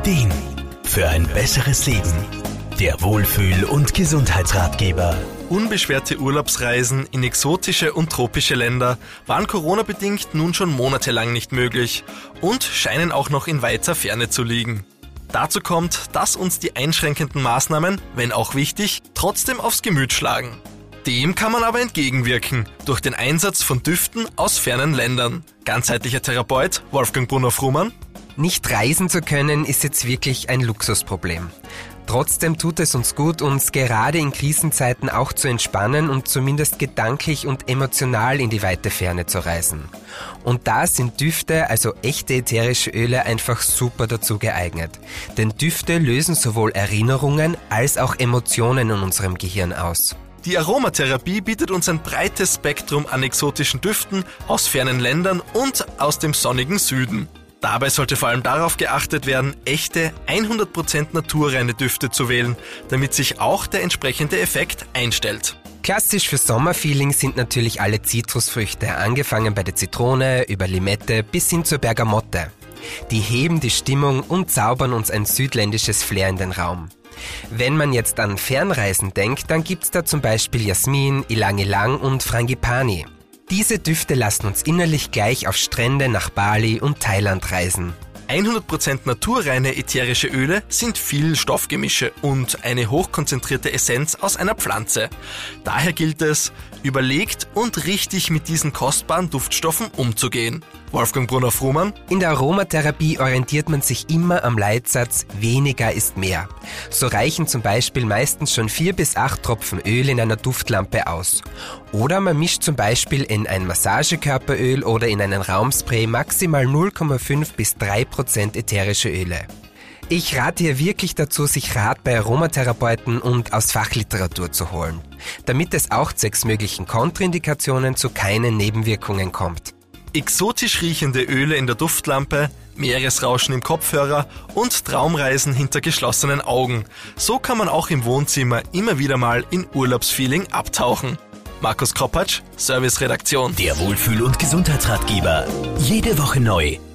Ideen für ein besseres Leben. Der Wohlfühl- und Gesundheitsratgeber. Unbeschwerte Urlaubsreisen in exotische und tropische Länder waren Corona-bedingt nun schon monatelang nicht möglich und scheinen auch noch in weiter Ferne zu liegen. Dazu kommt, dass uns die einschränkenden Maßnahmen, wenn auch wichtig, trotzdem aufs Gemüt schlagen. Dem kann man aber entgegenwirken, durch den Einsatz von Düften aus fernen Ländern. Ganzheitlicher Therapeut Wolfgang Brunner-Frumann. Nicht reisen zu können, ist jetzt wirklich ein Luxusproblem. Trotzdem tut es uns gut, uns gerade in Krisenzeiten auch zu entspannen und zumindest gedanklich und emotional in die weite Ferne zu reisen. Und da sind Düfte, also echte ätherische Öle, einfach super dazu geeignet. Denn Düfte lösen sowohl Erinnerungen als auch Emotionen in unserem Gehirn aus. Die Aromatherapie bietet uns ein breites Spektrum an exotischen Düften aus fernen Ländern und aus dem sonnigen Süden. Dabei sollte vor allem darauf geachtet werden, echte, 100% naturreine Düfte zu wählen, damit sich auch der entsprechende Effekt einstellt. Klassisch für Sommerfeeling sind natürlich alle Zitrusfrüchte, angefangen bei der Zitrone, über Limette bis hin zur Bergamotte. Die heben die Stimmung und zaubern uns ein südländisches Flair in den Raum. Wenn man jetzt an Fernreisen denkt, dann gibt's da zum Beispiel Jasmin, Ylang Ylang und Frangipani. Diese Düfte lassen uns innerlich gleich auf Strände nach Bali und Thailand reisen. 100% naturreine ätherische Öle sind viel Stoffgemische und eine hochkonzentrierte Essenz aus einer Pflanze. Daher gilt es, überlegt und richtig mit diesen kostbaren Duftstoffen umzugehen. Wolfgang Brunner-Frumann. In der Aromatherapie orientiert man sich immer am Leitsatz weniger ist mehr. So reichen zum Beispiel meistens schon 4 bis 8 Tropfen Öl in einer Duftlampe aus. Oder man mischt zum Beispiel in ein Massagekörperöl oder in einen Raumspray maximal 0,5 bis 3% ätherische Öle. Ich rate hier wirklich dazu, sich Rat bei Aromatherapeuten und aus Fachliteratur zu holen, damit es auch zwecks möglichen Kontraindikationen zu keinen Nebenwirkungen kommt. Exotisch riechende Öle in der Duftlampe, Meeresrauschen im Kopfhörer und Traumreisen hinter geschlossenen Augen. So kann man auch im Wohnzimmer immer wieder mal in Urlaubsfeeling abtauchen. Markus Kropatsch, Serviceredaktion. Der Wohlfühl- und Gesundheitsratgeber. Jede Woche neu.